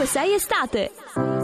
ovunque sei estate.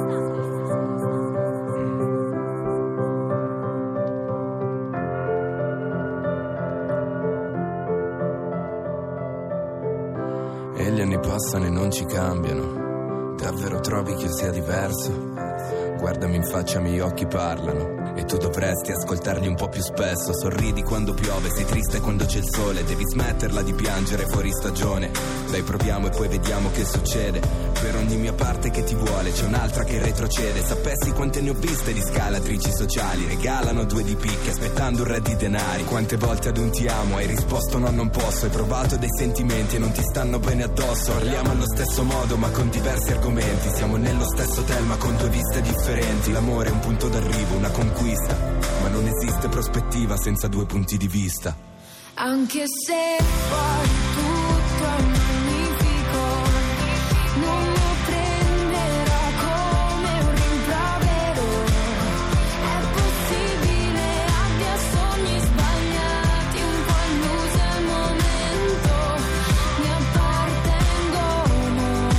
E gli anni passano e non ci cambiano. Davvero trovi che io sia diverso? Guardami in faccia, i miei occhi parlano. E tu dovresti ascoltarli un po' più spesso. Sorridi quando piove, sei triste quando c'è il sole. Devi smetterla di piangere fuori stagione. Dai, proviamo e poi vediamo che succede. Per ogni mia parte che ti vuole c'è un'altra che retrocede. Sapessi quante ne ho viste di scalatrici sociali. Regalano 2 di picche aspettando un re di denari. Quante volte ad un ti amo hai risposto no, non posso. Hai provato dei sentimenti e non ti stanno bene addosso. Parliamo allo stesso modo ma con diversi argomenti. Siamo nello stesso hotel ma con 2 viste differenti. L'amore è un punto d'arrivo, una conquista, ma non esiste prospettiva senza 2 punti di vista. Anche se poi tutto è magnifico, non lo prenderò come un rimprovero. È possibile abbia sogni sbagliati, un po' illusi al momento, mi appartengono.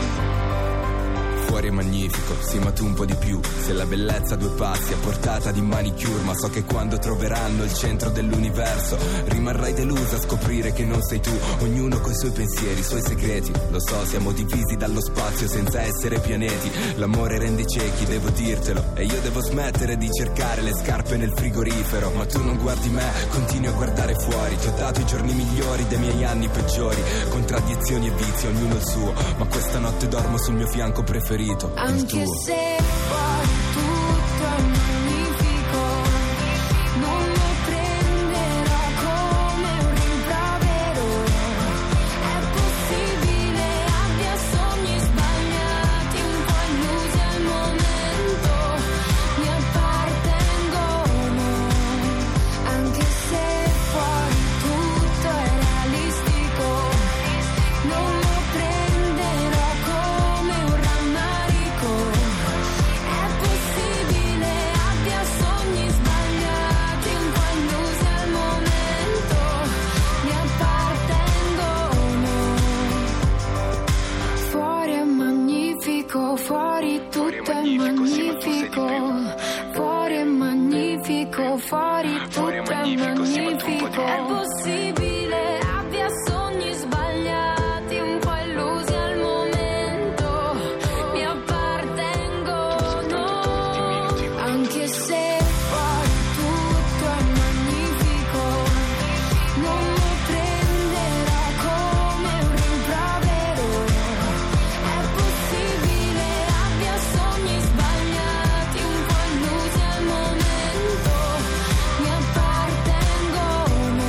Fuori è magnifico, sì ma tu un po' di più. Se la bellezza a 2 passi a portata di manicure. Ma so che quando troveranno il centro dell'universo rimarrai delusa a scoprire che non sei tu. Ognuno coi suoi pensieri, i suoi segreti. Lo so, siamo divisi dallo spazio senza essere pianeti. L'amore rende ciechi, devo dirtelo. E io devo smettere di cercare le scarpe nel frigorifero. Ma tu non guardi me, continui a guardare fuori. Ti ho dato i giorni migliori dei miei anni peggiori. Contraddizioni e vizi, ognuno il suo. Ma questa notte dormo sul mio fianco preferito, il tuo. Anche se poi tutto è magnifico, non lo prenderò come un rimprovero. È possibile abbia sogni sbagliati, un po' illusi al momento, mi appartengono. Anche se poi tutto è realistico, non lo prenderò come un rammarico. È possibile abbia sogni sbagliati, un po' illusi al momento, mi appartengono. Fuori è magnifico, fuori tutto è magnifico. Fuori è magnifico, fuori tutto è magnifico. È possibile abbia sogni sbagliati, un po' illusi al momento, mi appartengono. Anche se poi tutto è magnifico, non lo prenderò come un rimprovero. È possibile abbia sogni sbagliati, un po' illusi al momento, mi appartengono.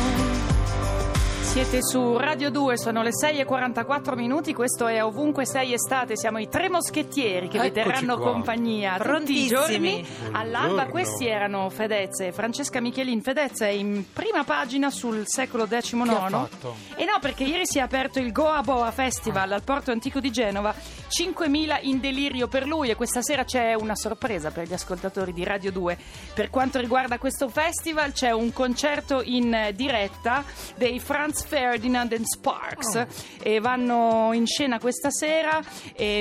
Siete su Radio 2, sono le 6:44, questo è Ovunque Sei Estate, siamo i 3 moschettieri che vi terranno compagnia tutti i giorni all'alba. Questi erano Fedez e Francesca Michelin. Fedez è in prima pagina sul secolo XIX. Che ha fatto? E no, perché ieri si è aperto il Goa Boa Festival al Porto Antico di Genova, 5.000 in delirio per lui, e questa sera c'è una sorpresa per gli ascoltatori di Radio 2. Per quanto riguarda questo festival c'è un concerto in diretta dei Franz Ferdinand and Sparks e vanno in scena questa sera e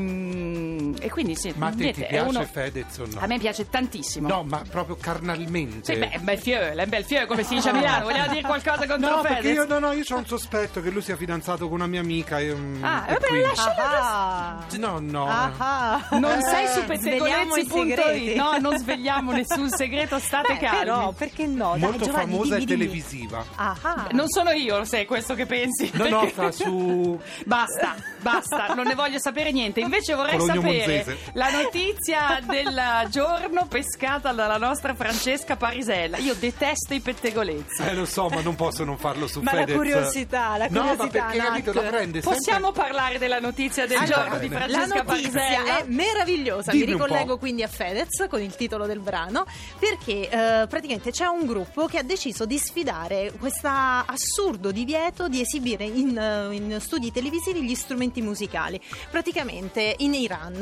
quindi sì. Ma a te niente, ti è piace Fedez o no? A me piace tantissimo. No, ma proprio carnalmente. Sì, beh, è un bel fiore, come si dice a Milano. Vogliamo dire qualcosa contro No, Fedez? perché io ho un sospetto che lui sia fidanzato con una mia amica. Vabbè, lasciala. No. Non sei su pettegolezzi.it. No, non svegliamo nessun segreto, state calmi. Però, perché no? Dai, Molto Giovanni, famosa dimmi. e televisiva. Non sono io, lo sai, questo che pensi. No, sta su... Basta, non ne voglio sapere niente. Invece vorrei Cologno sapere Monzese. la notizia del giorno pescata dalla nostra Francesca Parisella. Io detesto i pettegolezzi. Lo so, ma non posso non farlo su Ma Fedez. la curiosità, No, ma perché capito, la prende sempre... Possiamo parlare della notizia del giorno di La Francesca notizia Parisella? è meravigliosa. Dimmi Mi un po'. ricollego quindi a Fedez con il titolo del brano, perché praticamente c'è un gruppo che ha deciso di sfidare questo assurdo divieto di esibire in studi televisivi gli strumenti musicali. Praticamente in Iran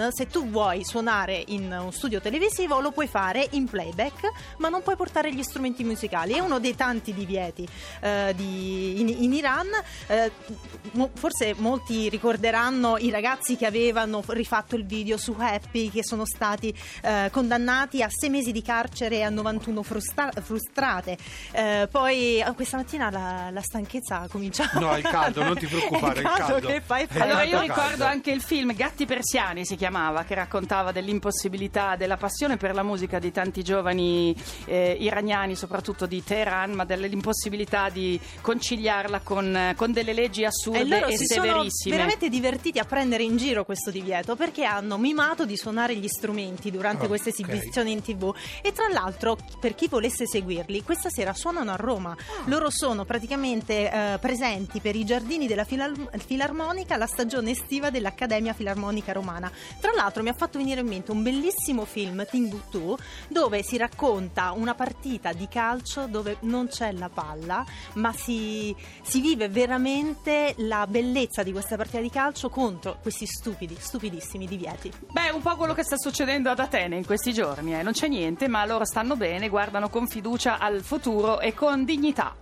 se tu vuoi suonare in un studio televisivo lo puoi fare in playback, ma non puoi portare gli strumenti musicali. È uno dei tanti divieti in Iran. Forse molti ricorderanno i ragazzi che avevano rifatto il video su Happy, che sono stati condannati a 6 mesi di carcere e a 91 frustrate. Poi questa mattina la stanchezza ha cominciato. No, è caldo, non ti preoccupare, è caldo. Che fai? Allora io ricordo anche il film Gatti Persiani si chiamava, che raccontava dell'impossibilità, della passione per la musica di tanti giovani iraniani, soprattutto di Teheran, ma dell'impossibilità di conciliarla con delle leggi assurde e severissime. Sono veramente divertiti a prendere in giro questo divieto, perché hanno mimato di suonare gli strumenti durante queste esibizioni in TV. E tra l'altro, per chi volesse seguirli, questa sera suonano a Roma. Loro sono praticamente presenti per i giardini della Filarmonica, la stagione estiva dell'Accademia Filarmonica Romana. Tra l'altro mi ha fatto venire in mente un bellissimo film, Timbuktu, dove si racconta una partita di calcio dove non c'è la palla, ma si vive veramente la bellezza di questa partita di calcio contro questi stupidissimi divieti. Beh, un po' quello che sta succedendo ad Atene in questi giorni, non c'è niente, ma loro stanno bene, guardano con fiducia al futuro e con dignità.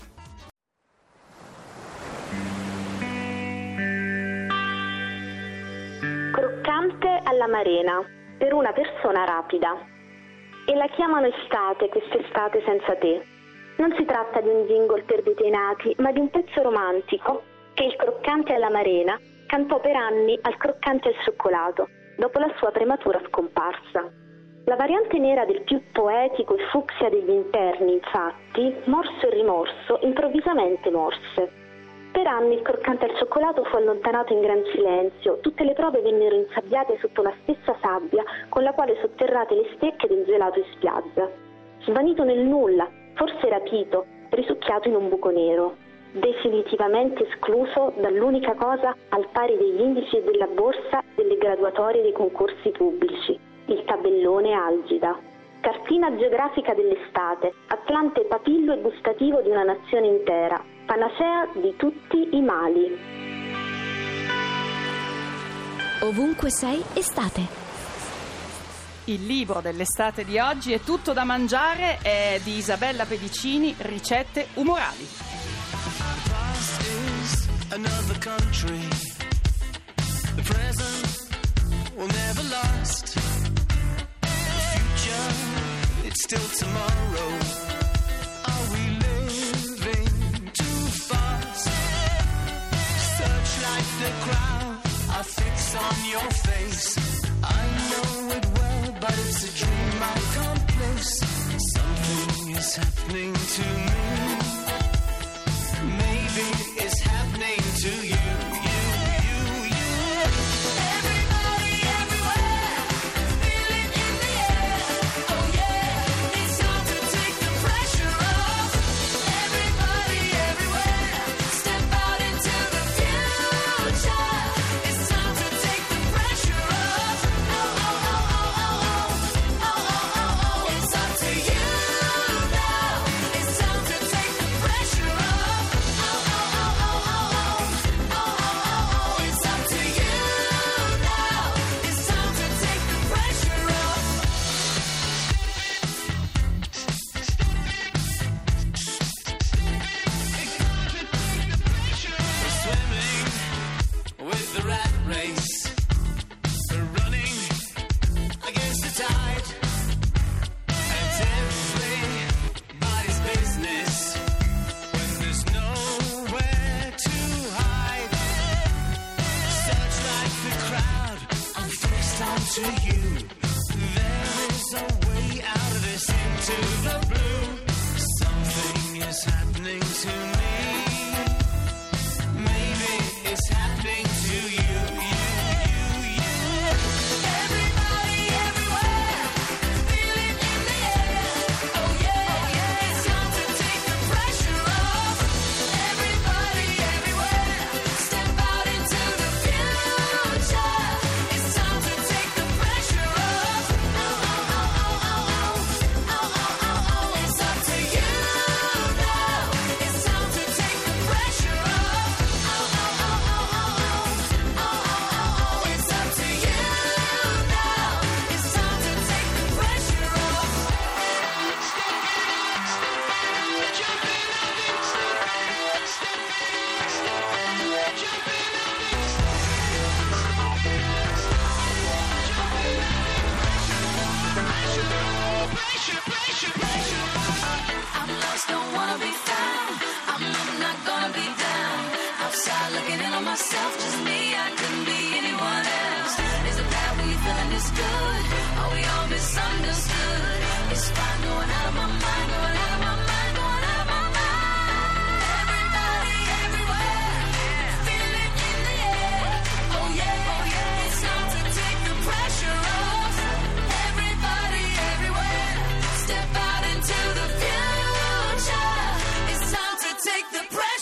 Croccante all'amarena, per una persona rapida. E la chiamano estate, quest'estate senza te. Non si tratta di un jingle per detenati, ma di un pezzo romantico che il Croccante all'amarena cantò per anni al Croccante al cioccolato, dopo la sua prematura scomparsa. La variante nera del più poetico e fucsia degli interni, infatti, morso e rimorso, improvvisamente morse. Per anni il Croccante al cioccolato fu allontanato in gran silenzio, tutte le prove vennero insabbiate sotto la stessa sabbia con la quale sotterrate le stecche del gelato in spiaggia. Svanito nel nulla, forse rapito, risucchiato in un buco nero, definitivamente escluso dall'unica cosa al pari degli indici e della borsa delle graduatorie dei concorsi pubblici, il tabellone algida. Cartina geografica dell'estate, Atlante papillo e gustativo di una nazione intera, panacea di tutti i mali. Ovunque sei, estate. Il libro dell'estate di oggi è Tutto da mangiare, è di Isabella Pedicini, ricette umorali. It's still tomorrow. Are we living too fast? Searchlight the crowd, I fix on your face. I know it well, but it's a dream I can't place. Something is happening to me. Maybe it's happening to you. To you, there is a way out of this into the blue. Something is happening to me. Maybe it's happening to you. Everybody, everywhere, feel it in the air. Oh yeah, it's time to take the pressure off. Everybody, everywhere, step out into the future. It's time to take the pressure off. Oh, oh, oh, oh, oh, oh, oh, oh, oh, oh. It's up to you now. It's time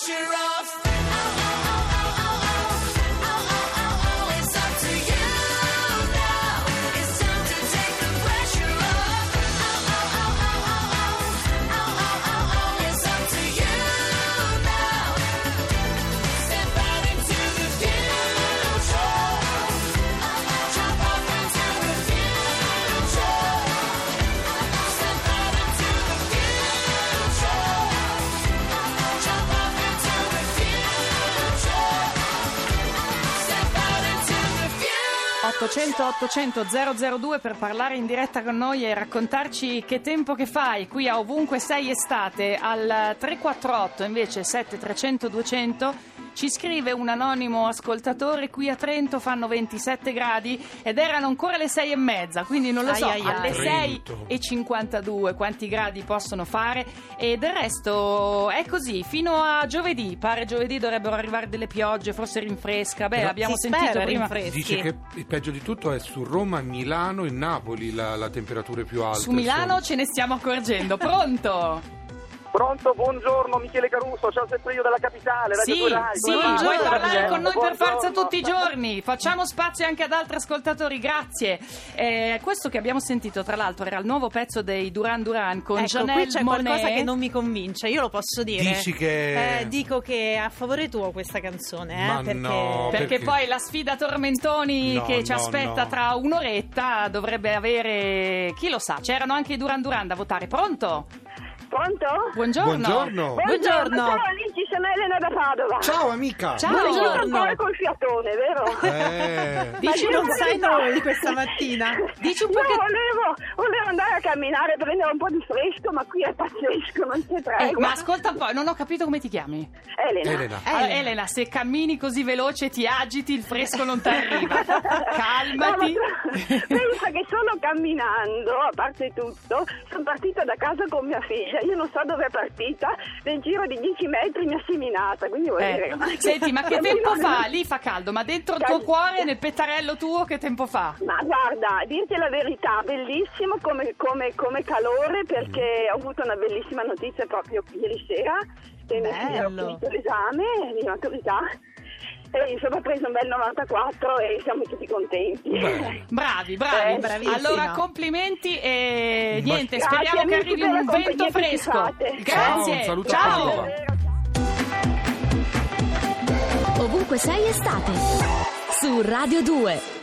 pressure off. Oh, oh, oh, oh, oh, oh, oh, oh, oh, oh, it's up to you now. It's time to take the pressure off. Oh, oh, oh, oh, oh, oh, oh, oh, oh, oh, it's up to you now. Step out into the future. Jump off into the future. Step out into the future. Jump off into the future. Step out into the future. 800 800 002 per parlare in diretta con noi e raccontarci che tempo che fai qui a Ovunque Sei Estate. Al 348 invece 7300 200 ci scrive un anonimo ascoltatore: qui a Trento fanno 27 gradi ed erano ancora le 6:30, quindi non lo so, Ai, ai, ai. alle Trento. 6:52 quanti gradi possono fare. E del resto è così fino a giovedì. Pare giovedì dovrebbero arrivare delle piogge, forse rinfresca. Beh, Però abbiamo Si sentito spera prima rinfreschi. Dice che il peggio di tutto è su Roma, Milano e Napoli la temperatura più alta. su Milano, sono. ce ne stiamo accorgendo. Pronto? Pronto, buongiorno, Michele Caruso, ciao sempre io della capitale. Radio Sì, Due Rai, sì, come va? vuoi Buongiorno. parlare con noi per forza Buongiorno. tutti i giorni. Facciamo spazio anche ad altri ascoltatori, grazie. Questo che abbiamo sentito, tra l'altro, era il nuovo pezzo dei Duran Duran con Ecco, Janelle qui c'è Monáe. qualcosa che non mi convince, io lo posso dire. Dici che... Dico che è a favore tuo questa canzone, Ma perché... no. Perché Perché? poi la sfida Tormentoni No, che ci no, aspetta no. tra un'oretta dovrebbe avere, chi lo sa, c'erano anche i Duran Duran da votare. Pronto? Pronto? Buongiorno. Buongiorno. Buongiorno. Ciao amici, sono Elena da Padova. Ciao amica. Ciao. Ma sono Buongiorno. ancora col fiatone, vero? Dici Ma non io sei verità. noi questa mattina. Dici un Io po' che... volevo andare a camminare, prendere un po' di fresco, ma qui è pazzesco, non c'è tregua. ma ascolta un po', non ho capito come ti chiami. Elena. Elena. Allora, Elena, se cammini così veloce ti agiti, il fresco non ti arriva. Calmati. No, ma pensa che solo camminando, a parte tutto, sono partita da casa con mia figlia. Io non so dove è partita, nel giro di 10 metri mi ha seminata. Quindi vuol dire che... Senti, ma che tempo fa? Lì fa caldo, ma dentro il tuo Cal- cuore, nel pettarello tuo, che tempo fa? Ma guarda, a dirti la verità, bellissimo come calore, perché ho avuto una bellissima notizia proprio ieri sera, che mia figlia ha Bello. finito l'esame di maturità e insomma ha preso un bel 94 e siamo tutti contenti. Bravi, bravissima. Allora, complimenti e niente, Grazie, speriamo che amici, arrivi per la un compagnia vento che ci fresco. fate. Grazie. Ciao, un saluto a Ciao. Padova. Ovunque Sei Estate su Radio 2.